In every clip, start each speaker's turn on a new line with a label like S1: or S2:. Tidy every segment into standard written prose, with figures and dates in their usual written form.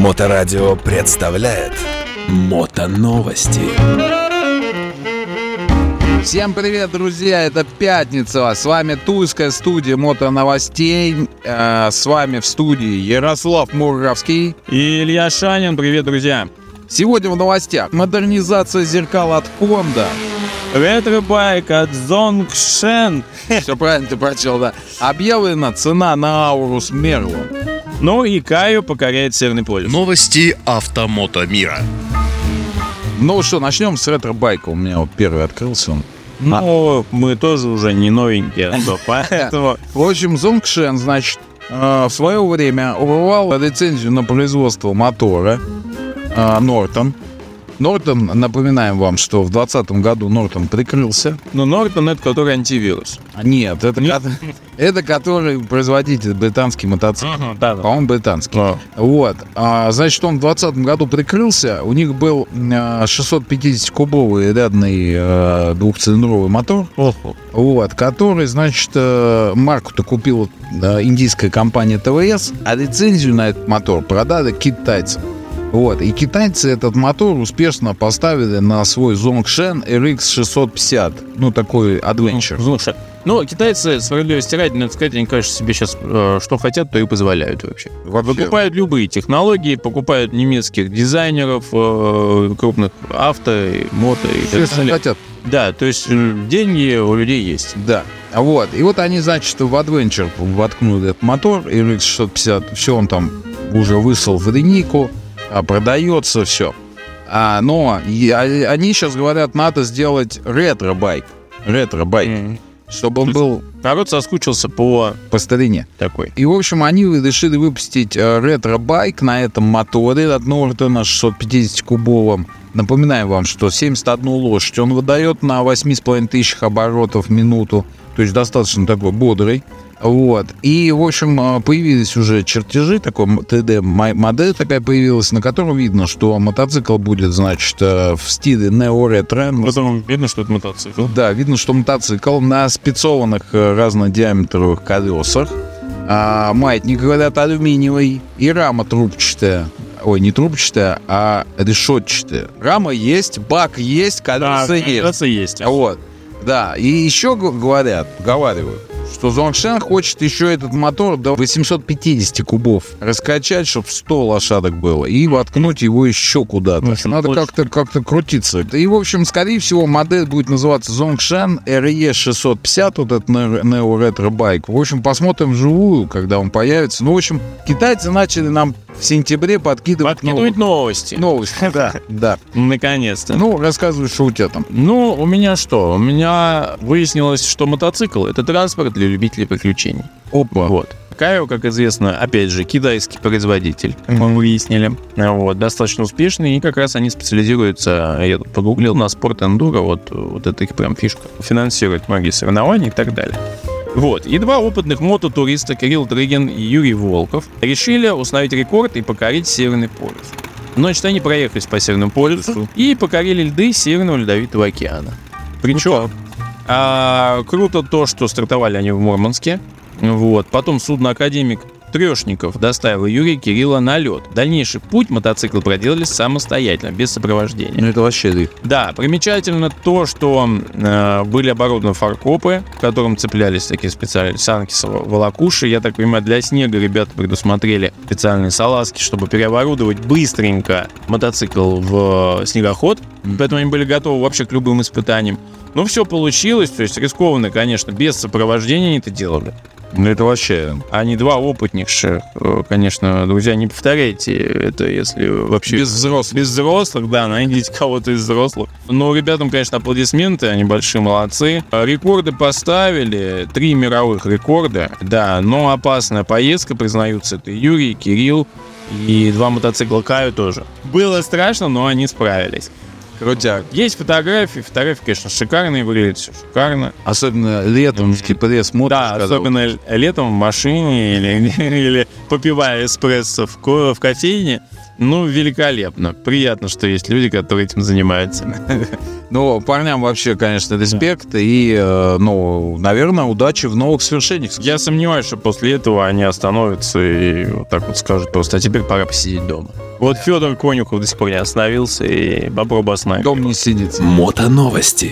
S1: Моторадио представляет Мотоновости.
S2: Всем привет, друзья! Это пятница. С вами Тульская студия Мотоновостей. С вами в студии Ярослав Муравский
S3: и Илья Шанин. Привет, друзья!
S2: Сегодня в новостях: модернизация зеркал от Honda,
S3: ретро-байк от Zongshen.
S2: Все правильно ты прочел, да. Объявлена цена на Аурус Мерлон.
S3: Ну и Кайо покоряет Северный полюс.
S1: Новости автомото мира.
S2: Ну что, начнем с ретро-байка. У меня вот первый открылся он.
S3: Ну, мы тоже уже не новенькие, поэтому...
S2: В общем, Zongshen, значит, в свое время урвал лицензию на производство мотора Нортон. Нортон, напоминаем вам, что в 2020 году Нортон прикрылся.
S3: Но Нортон — это который антивирус.
S2: Нет, это который производитель британский мотоцикл. По-моему, британский. Вот. Значит, он в 2020 году прикрылся. У них был 650-кубовый рядный двухцилиндровый мотор. Вот, который, значит, марку-то купила индийская компания ТВС, а лицензию на этот мотор продали китайцам. Вот, и китайцы этот мотор успешно поставили на свой Zongshen RX 650, ну, такой adventure.
S3: Ну, китайцы, справедливости ради, надо сказать, они, конечно, себе сейчас что хотят, то и позволяют вообще. Покупают любые технологии, покупают немецких дизайнеров, крупных авто, мото и так далее.
S2: Хотят.
S3: Да, то есть деньги у людей есть.
S2: Да. Вот, и вот они, значит, в adventure воткнули этот мотор RX 650, все он там уже высыл в линейку, продается все. Но они сейчас говорят, надо сделать ретро-байк. Чтобы он был...
S3: Народ соскучился по
S2: старине.
S3: Такой.
S2: И, в общем, они решили выпустить ретро-байк на этом моторе от Нортона 650-кубовом. Напоминаем вам, что 71 лошадь он выдает на 8500 оборотов в минуту. То есть достаточно такой бодрый. Вот. И, в общем, появились уже чертежи, такой 3D-модель такая появилась, на котором видно, что мотоцикл будет, значит, в стиле нео-ретро.
S3: Потом видно, что это мотоцикл.
S2: Да, видно, что мотоцикл на спецованных разнодиаметровых колесах. Маятник, говорят, алюминиевый, и рама трубчатая. Ой, не трубчатая, а решетчатая. Рама есть, бак есть, колеса есть.
S3: Колеса есть.
S2: Вот. Да, и еще поговаривают, что Zongshen хочет еще этот мотор до 850 кубов раскачать, чтобы 100 лошадок было, и воткнуть его еще куда-то. Надо как-то крутиться. И, в общем, скорее всего, модель будет называться Zongshen RE 650, вот этот Neo Retro Bike. В общем, посмотрим вживую, когда он появится. Ну, в общем, китайцы начали нам в сентябре подкидывать
S3: новости.
S2: Да.
S3: Наконец-то.
S2: Ну, рассказывай, что у тебя там.
S3: Ну, у меня что? У меня выяснилось, что мотоцикл — это транспорт для любителей приключений.
S2: Опа.
S3: Вот. Кайо, как известно, опять же, китайский производитель, мы выяснили. Вот, достаточно успешный, и как раз они специализируются, я тут погуглил, на спорт-эндуро, вот это их прям фишка. Финансируют многие соревнования и так далее. Вот, и два опытных мототуриста, Кирилл Дрыгин и Юрий Волков, решили установить рекорд и покорить Северный полюс. Значит, они проехались по Северному полюсу и покорили льды Северного ледовитого океана. Причем круто то, что стартовали они в Мурманске. Вот, потом судно «Академик» Трешников доставил Юрия и Кирилла на лед. Дальнейший путь мотоцикл проделали самостоятельно, без сопровождения.
S2: Ну, это вообще...
S3: Да, примечательно то, что были оборудованы фаркопы, к которым цеплялись такие специальные санки, волокуши. Я так понимаю, для снега ребята предусмотрели специальные салазки, чтобы переоборудовать быстренько мотоцикл в снегоход. Поэтому они были готовы вообще к любым испытаниям. Но все получилось, то есть рискованно, конечно, без сопровождения они это делали.
S2: Ну, это вообще...
S3: Они два опытнейших, конечно, друзья, не повторяйте это, если вообще...
S2: Без взрослых.
S3: Без взрослых, да, найдите кого-то из взрослых. Но ребятам, конечно, аплодисменты, они большие молодцы. Рекорды поставили, 3 мировых рекорда, да, но опасная поездка, признаются, это Юрий, Кирилл и 2 мотоцикла Кайо тоже. Было страшно, но они справились.
S2: Крутяк.
S3: Есть фотографии, конечно, шикарные, выглядит все шикарно.
S2: Особенно летом, типа смотришь.
S3: Да, особенно летом в машине или попивая эспрессо в кофейне. Ну, великолепно. Приятно, что есть люди, которые этим занимаются.
S2: Ну, парням вообще, конечно, респект и, наверное, удачи в новых свершениях.
S3: Я сомневаюсь, что после этого они остановятся и вот так вот скажут просто, а теперь пора посидеть дома. Вот Федор Конюхов до сих пор не остановился и попробуй остановить.
S2: Дом не сидит.
S1: Мотоновости.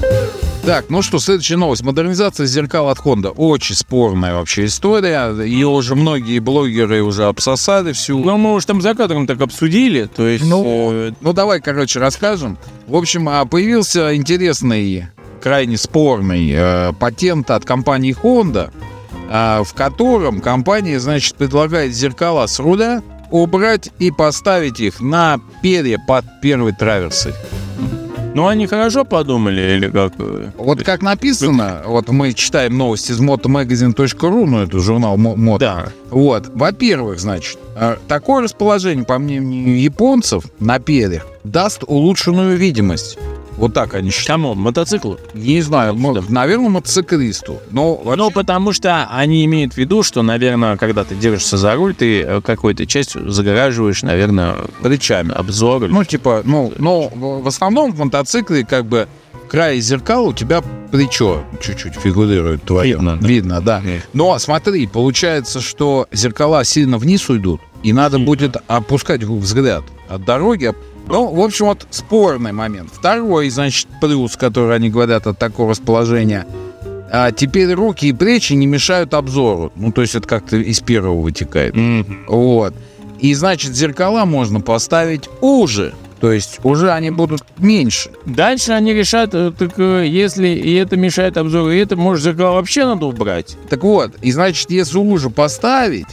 S2: Так, ну что, следующая новость. Модернизация зеркал от Honda. Очень спорная вообще история. Ее уже многие блогеры уже обсосали всю.
S3: Ну, мы уж там за кадром так обсудили, то есть...
S2: Ну, давай, расскажем. В общем, появился интересный, крайне спорный патент от компании Honda, в котором компания, значит, предлагает зеркала с руля убрать и поставить их на перья под первой траверсой.
S3: Ну, они хорошо подумали или как?
S2: Вот как написано, вот мы читаем новости из motomagazine.ru, ну, это журнал мод.
S3: Да.
S2: Вот, во-первых, значит, такое расположение, по мнению японцев, на перьях даст улучшенную видимость. Вот так они считают.
S3: Кому? Мотоциклу?
S2: Не знаю, наверное, мотоциклисту. Но
S3: Ну, потому что они имеют в виду, что, наверное, когда ты держишься за руль, ты какой-то частью загораживаешь, наверное,
S2: плечами.
S3: обзор.
S2: Ну, типа, в основном в мотоцикле как бы в крае зеркала у тебя плечо чуть-чуть фигурирует твое. Видно, да. Но смотри, получается, что зеркала сильно вниз уйдут, и надо будет опускать взгляд от дороги. Ну, в общем, вот спорный момент. Второй, значит, плюс, который они говорят от такого расположения. Теперь руки и плечи не мешают обзору. Ну, то есть это как-то из первого вытекает. Вот. И, значит, зеркала можно поставить уже. То есть уже они будут меньше.
S3: Дальше они решат, так если и это мешает обзору, и это, может, зеркало вообще надо убрать.
S2: Так вот, и значит, если уже поставить,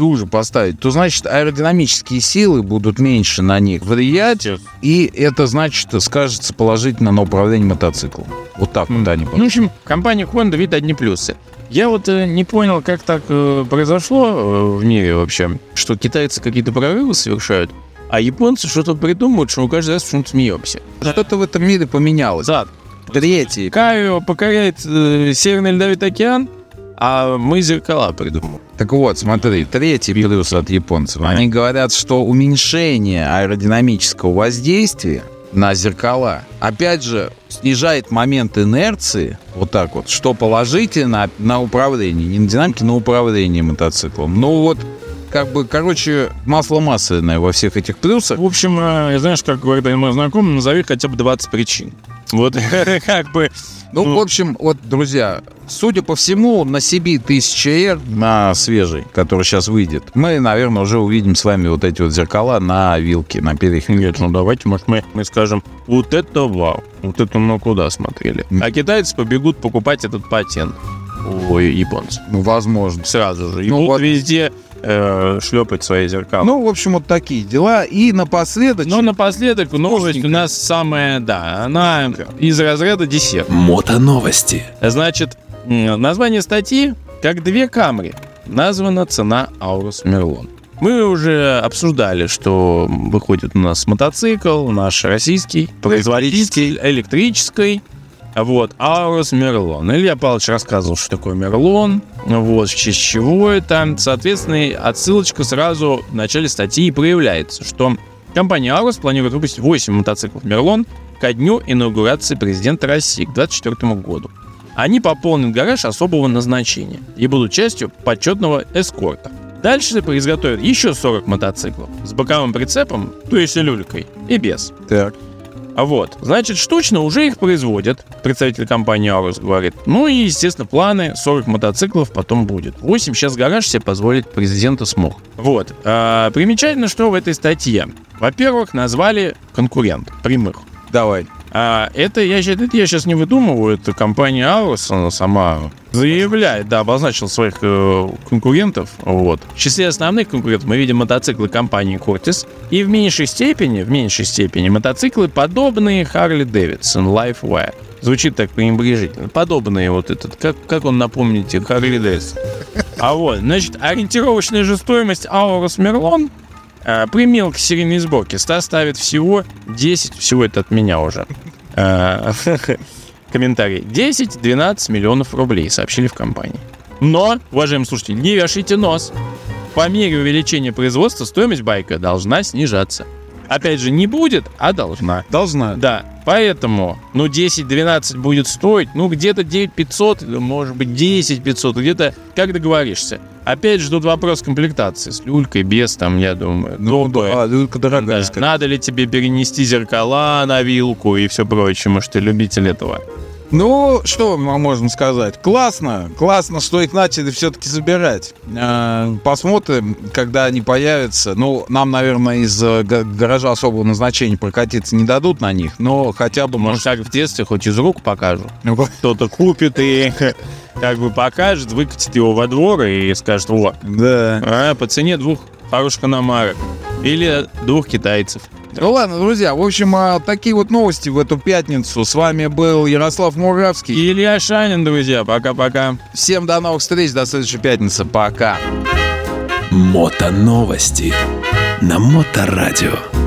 S2: то значит аэродинамические силы будут меньше на них влиять, и это, значит, скажется положительно на управлении мотоциклом. Вот так вот они.
S3: Ну, в общем, компания Honda видит одни плюсы. Я вот не понял, как так произошло в мире вообще, что китайцы какие-то прорывы совершают, а японцы что-то придумывают, что мы каждый раз почему-то смеемся.
S2: Что-то в этом мире поменялось.
S3: Да.
S2: Третий.
S3: Кайо покоряет Северный Ледовитый океан, а мы зеркала придумываем.
S2: Так вот, смотри, третий плюс от японцев. Они говорят, что уменьшение аэродинамического воздействия на зеркала, опять же, снижает момент инерции, вот так вот, что положительно на управление, не на динамике, на управление мотоциклом. Ну вот, масло масляное во всех этих плюсах.
S3: В общем, знаешь, как говорит мой знакомый, назови хотя бы 20 причин. Вот, как бы...
S2: Ну, в общем, вот, друзья, судя по всему, на CB 1000R, на свежий, который сейчас выйдет, мы, наверное, уже увидим с вами вот эти вот зеркала на вилке, на перьях.
S3: Нет, ну давайте, может, мы скажем, вот это вау, вот это мы куда смотрели. А китайцы побегут покупать этот патент у японцев.
S2: Ну, возможно.
S3: Сразу же. И будут везде шлепать свои зеркала.
S2: Ну, в общем, вот такие дела. И напоследок...
S3: новость у нас самая, она из разряда десерт.
S1: Мотоновости.
S3: Значит, название статьи «Как две Камри» названа цена Aurus Merlon. Мы уже обсуждали, что выходит у нас мотоцикл, наш российский, производитель электрический. Вот, Aurus Merlon. Илья Павлович рассказывал, что такое Merlon, вот, в честь чего это. Соответственно, отсылочка сразу в начале статьи проявляется, что компания Aurus планирует выпустить 8 мотоциклов Merlon ко дню инаугурации президента России к 2024 году. Они пополнят гараж особого назначения и будут частью почетного эскорта. Дальше изготовят еще 40 мотоциклов с боковым прицепом, то есть люлькой, и без.
S2: Так.
S3: Вот, значит, штучно уже их производят, представитель компании Aurus говорит. Ну и, естественно, планы 40 мотоциклов потом будет. 8 сейчас гараж себе позволить президенту смог. Вот, примечательно, что в этой статье. Во-первых, назвали конкурент прямых.
S2: Давай.
S3: Это я сейчас не выдумываю, это компания Aurus, она сама заявляет, обозначила своих конкурентов. Вот. В числе основных конкурентов мы видим мотоциклы компании Curtis и в меньшей степени мотоциклы, подобные Harley Davidson Livewire. Звучит так пренебрежительно. Подобные вот этот, как он, напомните, Harley Davidson. А вот, значит, ориентировочная же стоимость Aurus Merlon примел к серийной сборке составит всего 10, всего это от меня уже, комментарий, 10-12 миллионов рублей, сообщили в компании. Но, уважаемые слушатели, не вешайте нос. по мере увеличения производства стоимость байка должна снижаться. Опять же, не будет, а должна.
S2: Должна.
S3: Да, поэтому, 10-12 будет стоить, где-то 9500, может быть 10-500, где-то, как договоришься. Опять же, тут вопрос комплектации, с люлькой, без, я думаю.
S2: Люлька дорогая.
S3: Да. Надо ли тебе перенести зеркала на вилку и все прочее, может, ты любитель этого.
S2: Что мы можем сказать? Классно, что их начали все-таки собирать. Посмотрим, когда они появятся. Нам, наверное, из гаража особого назначения прокатиться не дадут на них, но хотя бы...
S3: Может, как в детстве, хоть из рук покажу. Кто-то купит и покажет, выкатит его во двор и скажет: вот,
S2: да.
S3: По цене 2 хороших иномарок или 2 китайцев.
S2: Ладно, друзья, в общем, такие вот новости в эту пятницу. С вами был Ярослав Муравский
S3: и Илья Шанин, друзья. Пока-пока.
S2: Всем до новых встреч, до следующей пятницы. Пока.
S1: Мотоновости на Моторадио.